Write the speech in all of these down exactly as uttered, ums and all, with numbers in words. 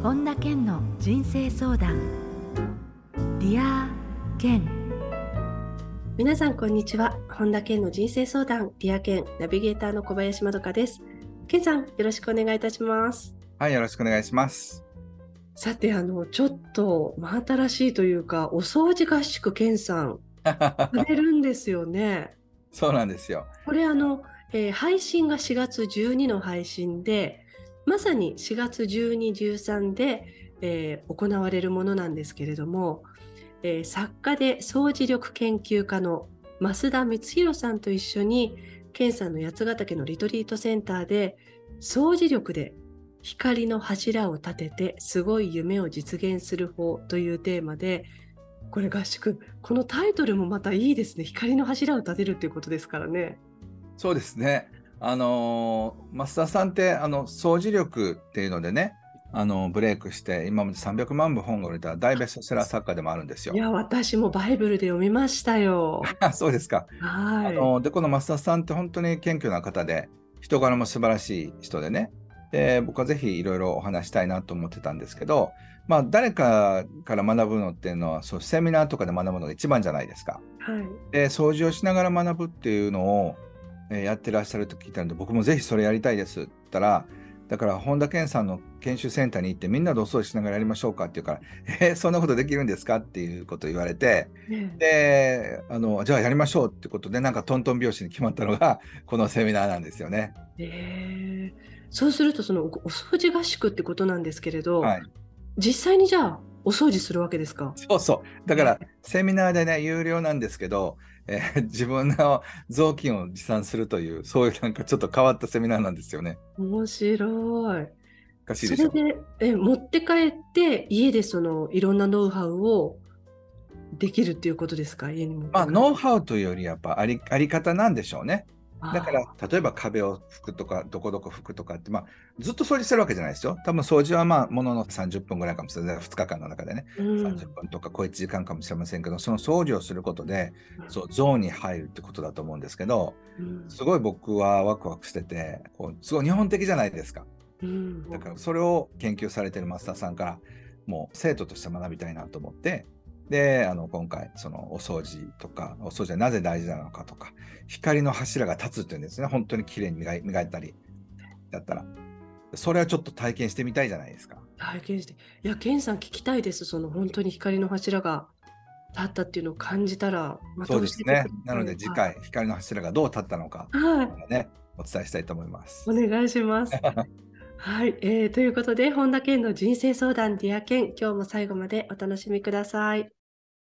本田健の人生相談。ディア健。 皆さんこんにちは。本田健の人生相談ディア健ナビゲーターの小林まどかです。健さん、よろしくお願いいたします。 はい、よろしくお願いします。 さて、あのちょっと真新しいというか、お掃除合宿健さんされるんですよね。 そうなんですよ。 これあの、えー配信がしがつじゅうにの配信で、まさにしがつじゅうに、じゅうさんで、えー行われるものなんですけれども、えー作家で掃除力研究家の増田光弘さんと一緒に、健さんの八ヶ岳のリトリートセンターで掃除力で光の柱を立ててすごい夢を実現する方というテーマで、これ合宿、このタイトルもまたいいですね。光の柱を立てるっていうことですからね。 そうですね。あのー、増田さんってあの掃除力っていうのでね、あのブレイクして今までさんびゃくまんぶ本が売れた大ベストセラー作家でもあるんですよ。 いや、私もバイブルで読みましたよ。 そうですか。 はい。 あのでこの増田さんって本当に謙虚な方で、人柄も素晴らしい人でね、で僕はぜひいろいろお話したいなと思ってたんですけど、まあ、誰かから学ぶのっていうのはそうセミナーとかで学ぶのが一番じゃないですか。 はい。 で掃除をしながら学ぶっていうのを、えーやってらっしゃると聞いたので、僕もぜひそれやりたいですって言ったら、だから本田健さんの研修センターに行ってみんなでお掃除しながらやりましょうかって言うから、えーそんなことできるんですかっていうことを言われて、 ねであのじゃあやりましょうってことで、なんかトントン拍子に決まったのがこのセミナーなんですよね。 えーそうすると、そのおお掃除合宿ってことなんですけれど、 はい、 実際にじゃあお掃除するわけですか？ そうそう。だからセミナーでね、有料なんですけど、えー自分の雑巾を持参するという、そういうなんかちょっと変わったセミナーなんですよね。 面白い。 おかしいでしょ。 それでえ持って帰って家でそのいろんなノウハウをできるっていうことですか？家に持っまあ、 て帰る。 ノウハウというより、やっぱあり、あり方なんでしょうね。だかあら、例えば壁を拭くとか、どこどこ拭くとかって、まあ、ずっと掃除してるわけじゃないですよ。多分掃除はまあ、もののさんじゅっぷんぐらいかもしれない。ふつかかんの中でね。 ーうんさんじゅっぷんとか、小いちじかんかもしれませんけど、その掃除をすることで、そう、ゾーンに入るってことだと思うんですけど、 うんすごい僕はワクワクしてて、こうすごい日本的じゃないですか。 うんだから、それを研究されてるマスターさんから、もう生徒として学びたいなと思って、で、あの、今回、そのお掃除とか、お掃除はなぜ大事なのかとか、光の柱が立つっていうんですね。本当に綺麗に磨い、磨いたりだったら。それはちょっと体験してみたいじゃないですか。 体験して、いや、健さん聞きたいです。その本当に光の柱が立ったっていうのを感じたら、またそう教えてくだですね。なさい。 ので次回、光の柱がどう立ったのか、 はい。 ね、お伝えしたいと思いまおす。 願いします。はい、えー、ということで、本田健の人生相談ディア健、今日も最後までお楽しみください。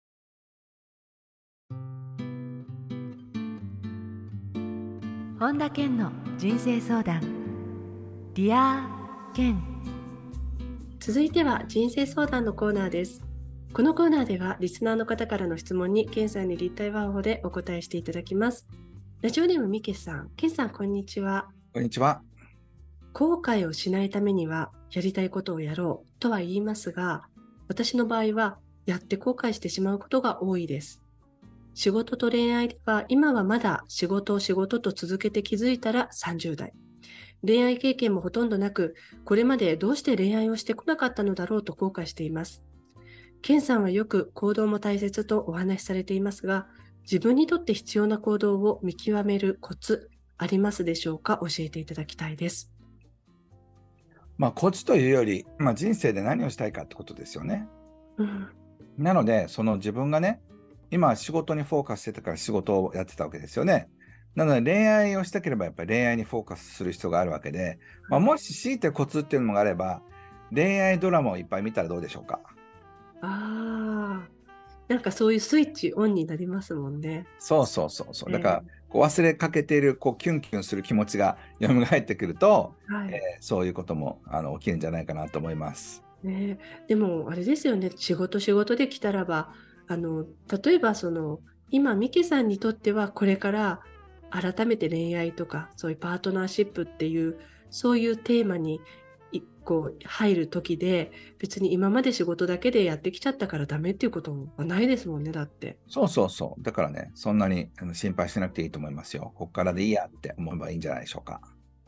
本田健の人生相談。ディア健。 続いては人生相談のコーナーです。このコーナーではリスナーの方からの質問に健さんに立体話法でお答えしていただきます。ラジオネームみけさん、健さんこんにちは。 こんにちは。 後悔をしないためにはやりたいことをやろうとは言いますが、私の場合はやって後悔してしまうことが多いです。仕事と恋愛では今はまだ仕事を仕事と続けて気づいたらさんじゅう代。恋愛経験もほとんどなく、これまでどうして恋愛をしてこなかったのだろうと後悔しています。ケンさんはよく行動も大切とお話しされていますが、自分にとって必要な行動を見極めるコツありますでしょうか？教えていただきたいです。 まあ、コツというより、まあ、人生で何をしたいかってことですよね。 うん、 なので、その自分がね、今仕事にフォーカスしてたから仕事をやってたわけですよね。なので恋愛をしたければやっぱり恋愛にフォーカスする必要があるわけで、まあ、もし強いてコツっていうのがあれば、恋愛ドラマをいっぱい見たらどうでしょうか。 ああ、なんかそういうスイッチオンになりますもんね。 そうそうそうそう。だから、 えこう忘れかけているこうキュンキュンする気持ちが蘇ってくると、 ーはい。 えーそういうこともあの起きるんじゃないかなと思います。 ね、でもあれですよね、仕事仕事できたらば、あの例えばその今ミケさんにとってはこれから改めて恋愛とかそういうパートナーシップっていうそういうテーマに一個入る時で、別に今まで仕事だけでやってきちゃったからダメっていうこともないですもんね。だってそうそうそう。だからね、そんなにあの心配しなくていいと思いますよ。ここからでいいやって思えばいいんじゃないでしょうか。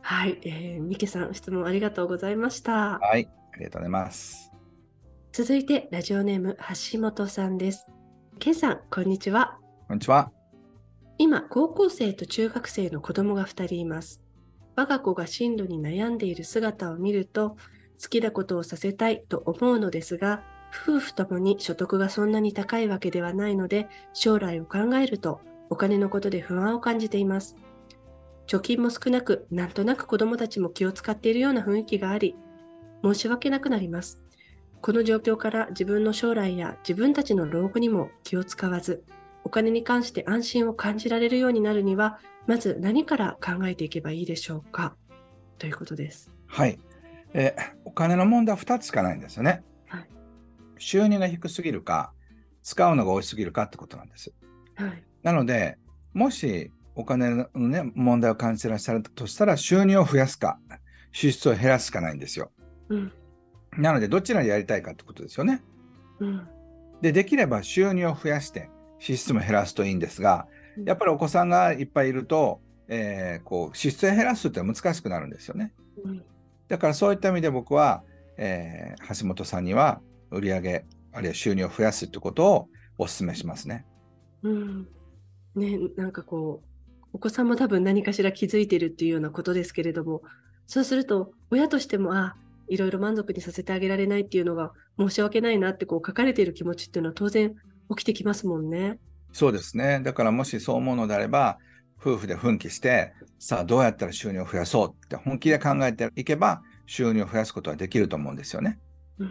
はい、えー、ミケさん、質問ありがとうございました。 はい、ありがとうございます。 続いて、ラジオネーム、橋本さんです。ケンさん、こんにちは。 こんにちは。 今、高校生と中学生の子供がふたりいます。我が子が進路に悩んでいる姿を見ると、好きなことをさせたいと思うのですが、夫婦ともに所得がそんなに高いわけではないので、将来を考えると、お金のことで不安を感じています。貯金も少なく、なんとなく子供たちも気を使っているような雰囲気があり、申し訳なくなります。この状況から自分の将来や自分たちの老後にも気を使わず、お金に関して安心を感じられるようになるには、まず何から考えていけばいいでしょうか、ということです。 はい、えーお金の問題はふたつしかないんですよね。 はい。 収入が低すぎるか、使うのが多すぎるかってことなんです。 はい。 なので、もしお金の、ね、問題を感じていらっしゃるとしたら、収入を増やすか、支出を減らすしかないんですよ。 うん。 なので、どちらでやりたいかってことですよね。 うん。 で、できれば収入を増やして支出も減らすといいんですが、やっぱりお子さんがいっぱいいると、えーこう支出を減らすって難しくなるんですよね。 うん。 だからそういった意味で僕は、えー橋本さんには売上あるいは収入を増やすってことをお勧めしますね。 うん。ね、なんかこう、お子さんも多分何かしら気づいてるっていうようなことですけれども、そうすると、親としても、あ、いろいろ満足にさせてあげられないっていうのが申し訳ないなってこう書かれている気持ちっていうのは当然起きてきますもんね。 そうですね。だからもしそう思うのであれば、夫婦で奮起して、さあどうやったら収入を増やそうって本気で考えていけば、収入を増やすことはできると思うんですよね。 うん。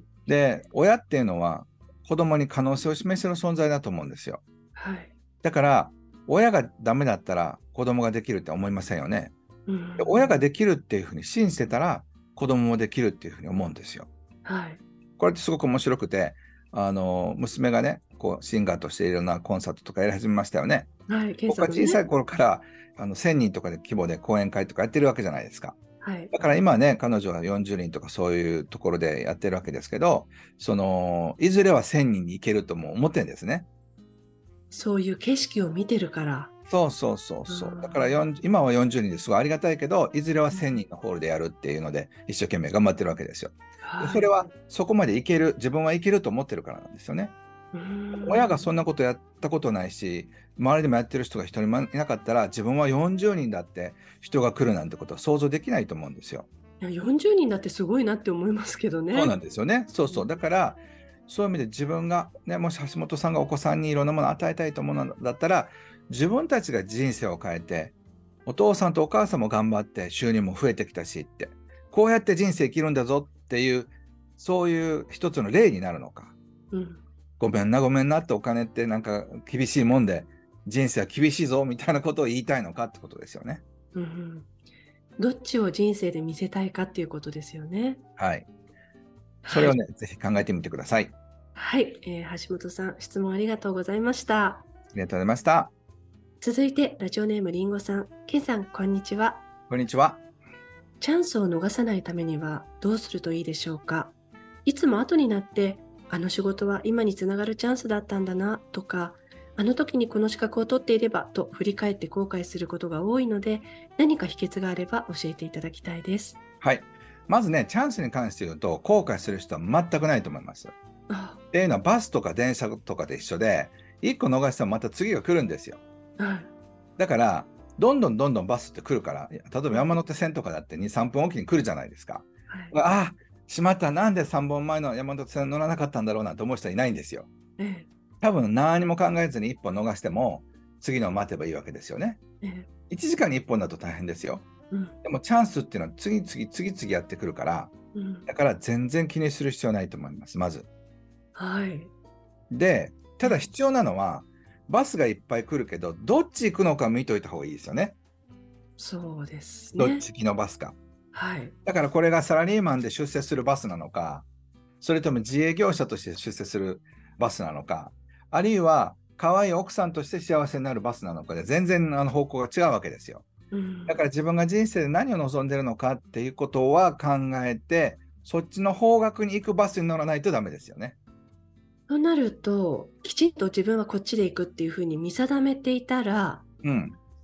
で、親っていうのは子供に可能性を示せる存在だと思うんですよ。 はい。 だから、親がダメだったら子供ができるって思いませんよね。 うんで親ができるっていうふうに信じてたら、子供もできるっていうふうに思うんですよ。 はい。 これってすごく面白くて、あの娘がね、こうシンガーとしていろんなコンサートとかやり始めましたよね。 はい、ケン僕さんのね。 は小さい頃からあのせんにんとかで規模で講演会とかやってるわけじゃないですか。 はい。 だから今はね、彼女はよんじゅうにんとかそういうところでやってるわけですけど、そのいずれはせんにんに行けるとも思ってるんですね。 そういう景色を見てるから。 そうそうそうそう。だからあよん今はよんじゅうにんですごいありがたいけど、いずれはせんにんのホールでやるっていうので、一生懸命頑張ってるわけですよ。ではい。 それはそこまでいける、自分はいけると思ってるからなんですよね。 うーん。 親がそんなことやったことないし、周りでもやってる人が一人もいなかったら、自分はよんじゅうにんだって人が来るなんてことは想像できないと思うんですよ。 いや、よんじゅうにんだってすごいなって思いますけどね。 そうなんですよね。そうそう。だから、そういう意味で自分が、ね、もし橋本さんがお子さんにいろんなものを与えたいと思うのだったら、自分たちが人生を変えて、お父さんとお母さんも頑張って収入も増えてきたしって、こうやって人生生きるんだぞっていう、そういう一つの例になるのか。 うん。 ごめんな、ごめんなってお金ってなんか厳しいもんで、人生は厳しいぞみたいなことを言いたいのかってことですよね。 うんうん。どっちを人生で見せたいかっていうことですよね。 はい。そはい。 れをね、ぜひ考えてみてください。 はい、えー橋本さん、質問ありがとうございました。 ありがとうございました。 続いて、ラジオネームりんごさん。ケンさん、こんにちは。 こんにちは。 チャンスを逃さないためにはどうするといいでしょうか。いつも後になって、あの仕事は今につながるチャンスだったんだなとか、あの時にこの資格を取っていればと振り返って後悔することが多いので、何か秘訣があれば教えていただきたいです。 はい。まずね、チャンスに関して言うと、後悔する人は全くないと思います。 あっていうのは、バスとか電車とかで一緒で、いっこ逃してもまた次が来るんですよ。 はい。 だから、どんどんどんどんバスって来るから、例えば山手線とかだってに、さんぷんおきに来るじゃないですか。 はい。 ああ、しまった、なんでさんぼんまえの山手線乗らなかったんだろうなんて思う人はいないんですよ。 ええ多分何も考えずにいっぽん逃しても、次のを待てばいいわけですよね。 ええいちじかんにいっぽんだと大変ですよ。 うんでもチャンスっていうのは次々次々やってくるから、 うんだから全然気にする必要ないと思います、まず。 はいで、ただ必要なのは、バスがいっぱい来るけど、どっち行くのか見といた方がいいですよね。 そうですね。 どっち行きのバスか。 はいだからこれがサラリーマンで出世するバスなのか、それとも自営業者として出世するバスなのか、あるいは可愛い奥さんとして幸せになるバスなのかで全然あの方向が違うわけですよ。 うんだから自分が人生で何を望んでるのかっていうことは考えて、そっちの方角に行くバスに乗らないとダメですよね。 となると、きちんと自分はこっちで行くっていうふうに見定めていたら、 うん。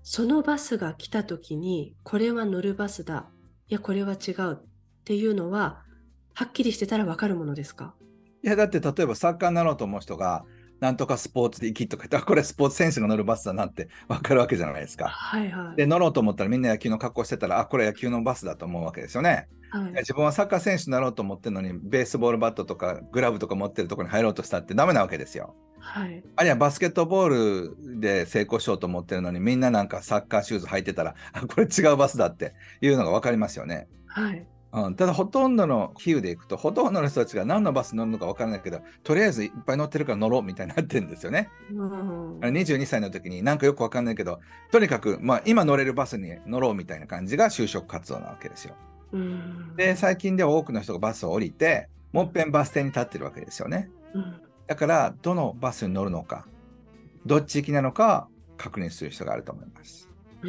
そのバスが来た時に、これは乗るバスだ、いやこれは違うっていうのははっきりしてたら分かるものですか？ いやだって例えばサッカーになろうと思う人がなんとかスポーツで行きとか言ったらこれスポーツ選手が乗るバスだなって分かるわけじゃないですか。 はいはい。 で乗ろうと思ったらみんな野球の格好してたらあこれ野球のバスだと思うわけですよね。 はい、 自分はサッカー選手になろうと思ってるのにベースボールバットとかグラブとか持ってるところに入ろうとしたってダメなわけですよ。 はい、 あるいはバスケットボールで成功しようと思ってるのにみんななんかサッカーシューズ履いてたらあこれ違うバスだっていうのが分かりますよね。 はい。 うん、ただほとんどの比喩でいくとほとんどの人たちが何のバス乗るのか分からないけどとりあえずいっぱい乗ってるから乗ろうみたいになってるんですよね。 うん、 あれにじゅうにさいの時になんかよく分かんないけどとにかく、まあ、今乗れるバスに乗ろうみたいな感じが就職活動なわけですよ。 うん、 で最近では多くの人がバスを降りてもっぺんバス停に立ってるわけですよね。 うん、 だからどのバスに乗るのかどっち行きなのか確認する必要があると思います。 うん。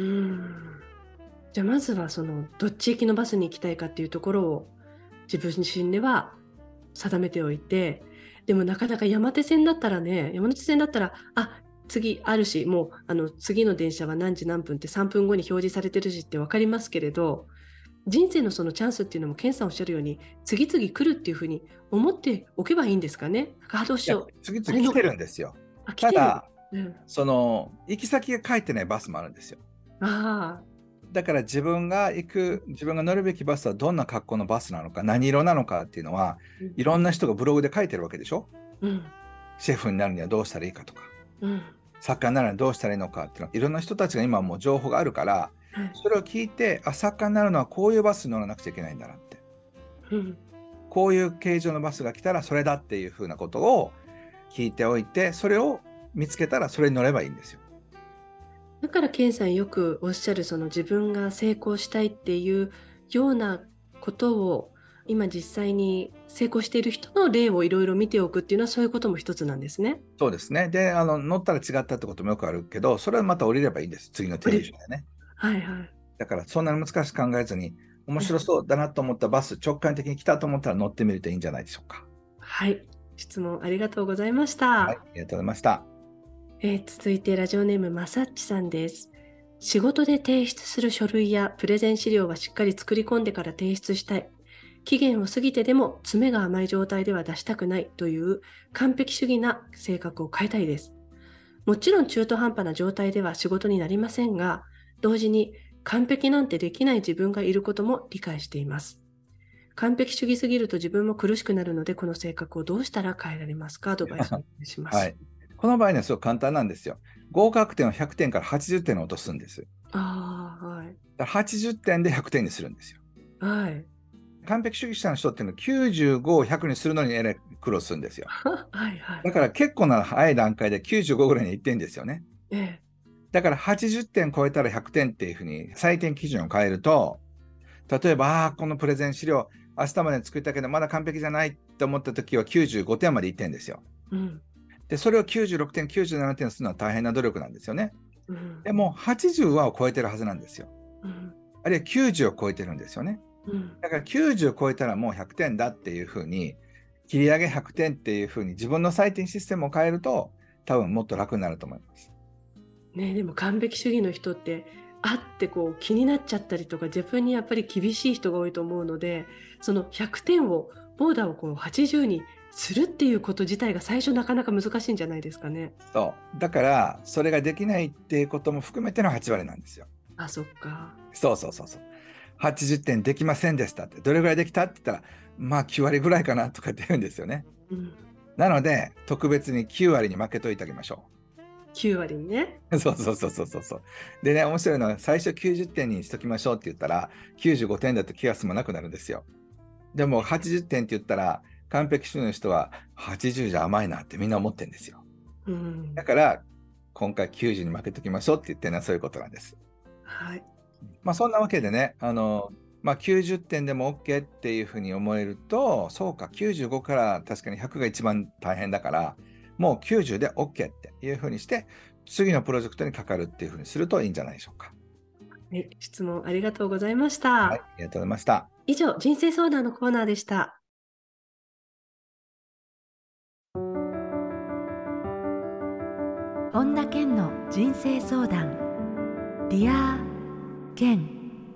じゃあまずはそのどっち行きのバスに行きたいかっていうところを自分自身では定めておいて、でもなかなか山手線だったらね、山手線だったら、あ、次あるし、もうあの次の電車は何時何分ってさんぷんごに表示されてるしって分かりますけれど、人生のそのチャンスっていうのもケンさんおっしゃるように、次々来るっていうふうに思っておけばいいんですかね。あ、どうしいやよう。 次あれの 々来てるんですよ。 あ、来てる。 ただうん。 その行き先が書いてないバスもあるんですよ。 ああ。 だから自分が行く自分が乗るべきバスはどんな格好のバスなのか何色なのかっていうのはうん。 いろんな人がブログで書いてるわけでしょ。 うん。 シェフになるにはどうしたらいいかとかうん。 作家になるにはどうしたらいいのかっていうのはいろんな人たちが今もう情報があるからはい。 それを聞いてあ作家になるのはこういうバスに乗らなくちゃいけないんだなってうん。 こういう形状のバスが来たらそれだっていうふうなことを聞いておいてそれを見つけたらそれに乗ればいいんですよ。 だからケンさんよくおっしゃるその自分が成功したいっていうようなことを今実際に成功している人の例をいろいろ見ておくっていうのはそういうことも一つなんですね。 そうですね。で、あの乗ったら違ったってこともよくあるけど、それはまた降りればいいんです。次の停留所でね。 はいはい。 だからそんなに難しく考えずに、面白そうだなと思ったバス、直感的に来たと思ったら乗ってみるといいんじゃないでしょうか。 はい。質問ありがとうございましはい、あた。 りがとうございました。 えー続いてラジオネームまさっちさんです。仕事で提出する書類やプレゼン資料はしっかり作り込んでから提出したい。期限を過ぎてでも詰めが甘い状態では出したくないという完璧主義な性格を変えたいです。もちろん中途半端な状態では仕事になりませんが、同時に完璧なんてできない自分がいることも理解しています。完璧主義すぎると自分も苦しくなるので、この性格をどうしたら変えられますか？アドバイスをお願いします。 はい。この場合ね、すごく簡単なんですよ。合格点をひゃくてんからはちじゅってんに落とすんです。 ああ、はい。 だからはちじゅってんでひゃくてんにするんですよ。 はい。 完璧主義者の人っていうのはきゅうじゅうごをひゃくにするのにえらい苦労するんですよ。 はいはい。 だから結構な早い段階できゅうじゅうごぐらいにいってんですよね。 ええ。 だからはちじゅってん超えたらひゃくてんっていうふうに採点基準を変えると、例えば、あーこのプレゼン資料、明日までに作ったけど、まだ完璧じゃないと思ったときはきゅうじゅうごてんまでいってんですよ。 うん。 で、それをきゅうじゅうろくてん、きゅうじゅうななてんするのは大変な努力なんですよね。 うん。 でも、はちじゅうはを超えてるはずなんですよ。 うん。 あるいはきゅうじゅうを超えてるんですよね。 うん。 だからきゅうじゅうを超えたらもうひゃくてんだっていうふうに、切り上げひゃくてんっていうふうに自分の採点システムを変えると、多分もっと楽になると思います。 ね、でも完璧主義の人って、あってこう気になっちゃったりとか、自分にやっぱり厳しい人が多いと思うので、そのひゃくてんを、ボーダーをこうはちじゅうにするっていうこと自体が最初なかなか難しいんじゃないですかね。 そう。だから、それができないっていうことも含めてのはち割なんですよ。 あ、そっか。 そうそうそうそう。はちじゅってんできませんでしたって。どれぐらいできたって言ったら、まあきゅう割ぐらいかなとかって言うんですよね。 うん。 なので、特別にきゅう割に負けといてあげましょきゅう割にね。 う。そうそうそうそうそうそう。でね、面白いのは、最初きゅうじゅってんにしときましょうって言ったら、きゅうじゅうごてんだと気が済まなくなるんですよ。でもはちじゅってんって言ったら、完璧主義の人ははちじゅうじゃ甘いなってみんな思ってるんですよ。 うん。 だから、今回きゅうじゅうに負けときましょうって言ってるのはそういうことなんです。 はい。 まあそんなわけでね、あの、まあ、きゅうじゅってんでも OK っていうふうに思えると、そうか、きゅうじゅうごから確かにひゃくが一番大変だから、もうきゅうじゅうで OK っていうふうにして、次のプロジェクトにかかるっていうふうにするといいんじゃないでしょうか。 はい、質問ありがとうございましはい、あた。 りがとうございました。 以上、人生相談のコーナーでした。 本田健の人生相談。 ディアケン。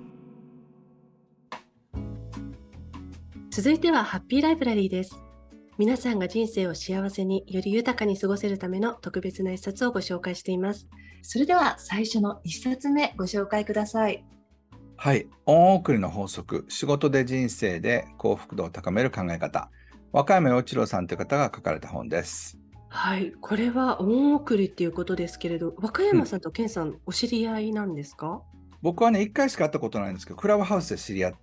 続いてはハッピーライブラリーです。皆さんが人生を幸せにより豊かに過ごせるための特別な一冊をご紹介しています。 それでは最初の一冊目ご紹介ください。 はい。恩送りの法則、仕事で人生で幸福度を高める考え方。若山洋一郎さんという方が書かれた本です。 はい、これは恩送りっていうことですけれど、若山さんと健さん、お知り合いなんですか？ 僕はね、いっかいしか会ったことないんですけど、クラブハウスで知り合って、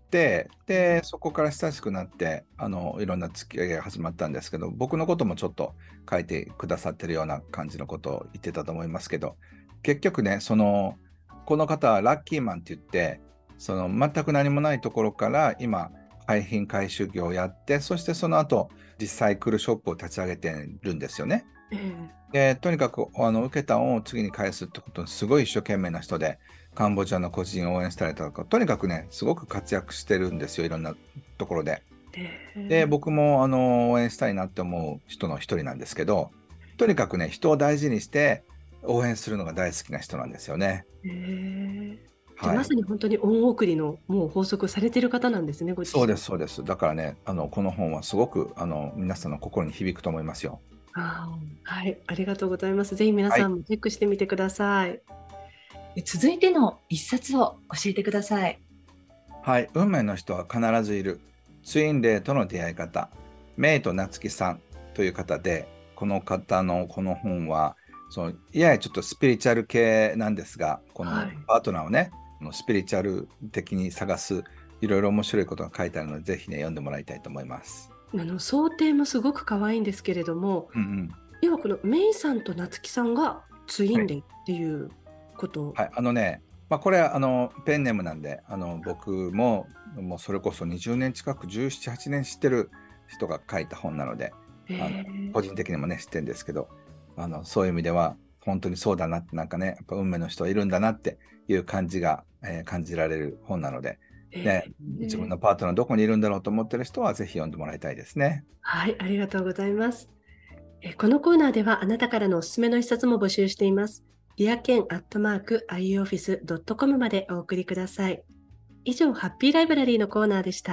で、そこから親しくなって、あの、いろんな付き合いが始まったんですけど、僕のこともちょっと書いてくださってるような感じのことを言ってたと思いますけど、結局ね、その、この方はラッキーマンって言って、その、全く何もないところから今、廃品回収業をやって、そしてその後、リサイクルショップを立ち上げてるんですよね。 えで、とにかくあの受けた恩を次に返すってことにすごい一生懸命な人で、カンボジアの個人を応援したりとか、とにかくね、すごく活躍してるんですよ、いろんなところで。 えで、僕もあの応援したいなって思う人の一人なんですけど、とにかくね、人を大事にして応援するのが大好きな人なんですよね。 えーじゃあはいまさに本当に恩送りのもう法則されてる方なんですね、ご自身。 そうです、そうです。だからね、あのこの本はすごくあの皆さんの心に響くと思いますよ。 あーはい、ありがとうございます。ぜひ皆さんもチェックしてみてください。 え続いての一冊を教えてください。 はい、運命の人は必ずいる。ツインレイとの出会い方。メイと夏樹さんという方で、この方のこの本は、そのいややちょっとスピリチュアル系なんですが、このはいパートナーをね、このスピリチュアル的に探す、いろいろ面白いことが書いてあるので、ぜひね、読んでもらいたいと思います。 あの想定もすごく可愛いんですけれども、 うんうん。 要はこのメイさんと夏樹さんがツインレイっていうこと。 はい、あのね、まあ、これはあのペンネームなんで、あの僕ももうそれこそにじゅうねん近く、じゅうなな、はちねん知ってる人が書いた本なので、 へあのー個人的にもね知ってるんですけど、あのそういう意味では本当にそうだなって、なんかね、やっぱ運命の人はいるんだなっていう感じが、えー感じられる本なので、ね、 へー自分のパートナーどこにいるんだろうと思ってる人はぜひ読んでもらいたいですね。 はい、ありがとうございます。えこのコーナーではあなたからのおすすめの一冊も募集しています。ディアケンアットマーク アイオフィスドットコム までお送りください。以上、ハッピーライブラリーのコーナーでした。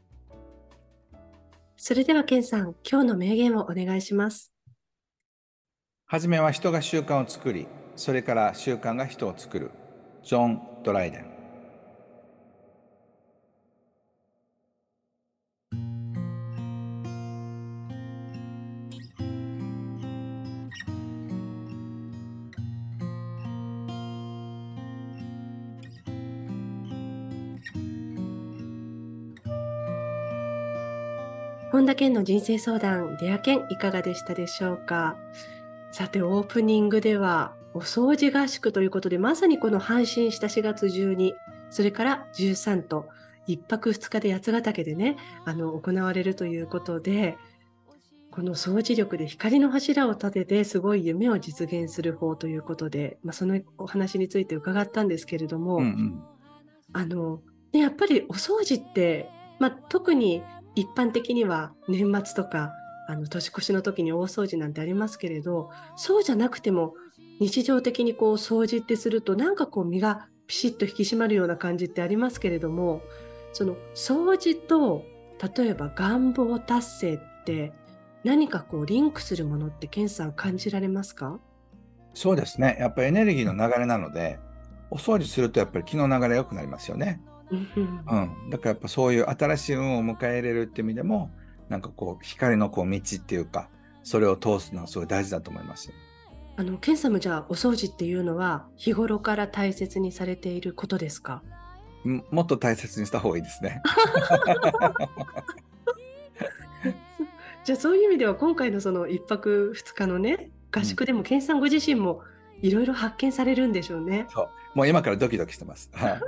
それではケンさん、今日の名言をお願いします。 はじめは人が習慣を作り、それから習慣が人を作る。ジョン・ドライデン。 本田健の人生相談、ディアケンいかがでしたでしょうか。さて、オープニングではお掃除合宿ということで、まさにこの阪神したしがつじゅうに、それからじゅうさんといっぱくふつかで八ヶ岳でね、あの行われるということで、この掃除力で光の柱を立ててすごい夢を実現する方ということで、まあ、そのお話について伺ったんですけれども、 うんうん。 あのね、やっぱりお掃除って、まあ、特に一般的には年末とかあの年越しの時に大掃除なんてありますけれど、そうじゃなくても日常的にこう掃除ってするとなんかこう身がピシッと引き締まるような感じってありますけれども、その掃除と例えば願望達成って何かこうリンクするものってケンさん感じられますか？ そうですね。やっぱりエネルギーの流れなので、お掃除するとやっぱり気の流れ良くなりますよね。 うんうんうん。だからやっぱそういう新しい運を迎え入れるっていう意味でも、なんかこう光のこう道っていうか、それを通すのはすごい大事だと思います。 あのケンさんもじゃあお掃除っていうのは日頃から大切にされていることですか？ んもっと大切にした方がいいですね。 じゃあそういう意味では今回のそのいっぱくふつかのね合宿でもケンさんご自身もいろいろ発見されるんでしょうね。 そう。もう今からドキドキしてます。はい。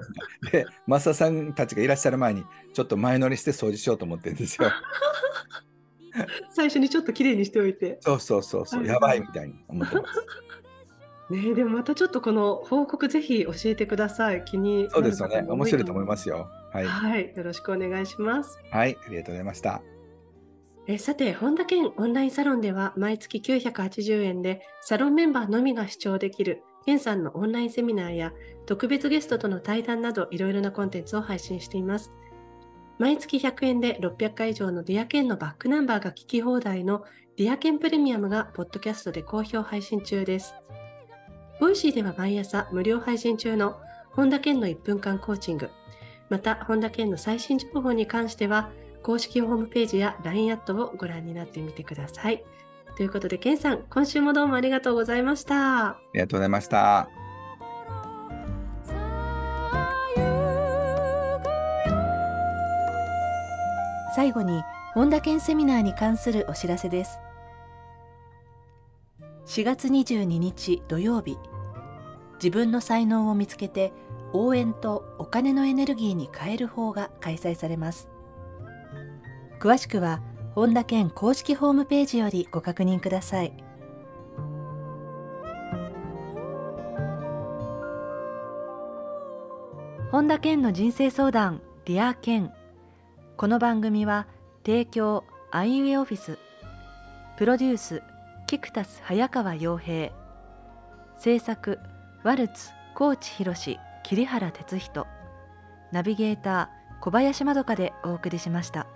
で、増田さんたちがいらっしゃる前に、ちょっと前乗りして掃除しようと思ってるんですよ。 最初にちょっときれいにしておいて。 そうそうそうそう、 はいやばいみたいに思ってます。 ねえ、でもまたちょっとこの報告ぜひ教えてください。気になるそうですよね。 方も多面白いと思いいますよ。はい。 はい、よろしくお願いします。 はい、ありがとうございました。 えさて、本田健オンラインサロンでは毎月きゅうひゃくはちじゅうえんでサロンメンバーのみが視聴できるケンさんのオンラインセミナーや特別ゲストとの対談などいろいろなコンテンツを配信しています。毎月ひゃくえんでろっぴゃっかい以上のディアケンのバックナンバーが聞き放題のディアケンプレミアムがポッドキャストで好評配信中です。ボイシーでは毎朝無料配信中の本田健のいっぷんかんコーチング、また本田健の最新情報に関しては公式ホームページや ライン アットをご覧になってみてください。ということで、健さん、今週もどうもありがとうございました。 ありがとうございました。 最後に本田健セミナーに関するお知らせです。しがつにじゅうににち土曜日、自分の才能を見つけて応援とお金のエネルギーに変える方が開催されます。詳しくは本田健公式ホームページよりご確認ください。本田健の人生相談ディア健。この番組は提供アイウェイオフィス、プロデュースキクタス早川洋平、制作ワルツ高知博桐原哲人、ナビゲーター小林まどかでお送りしました。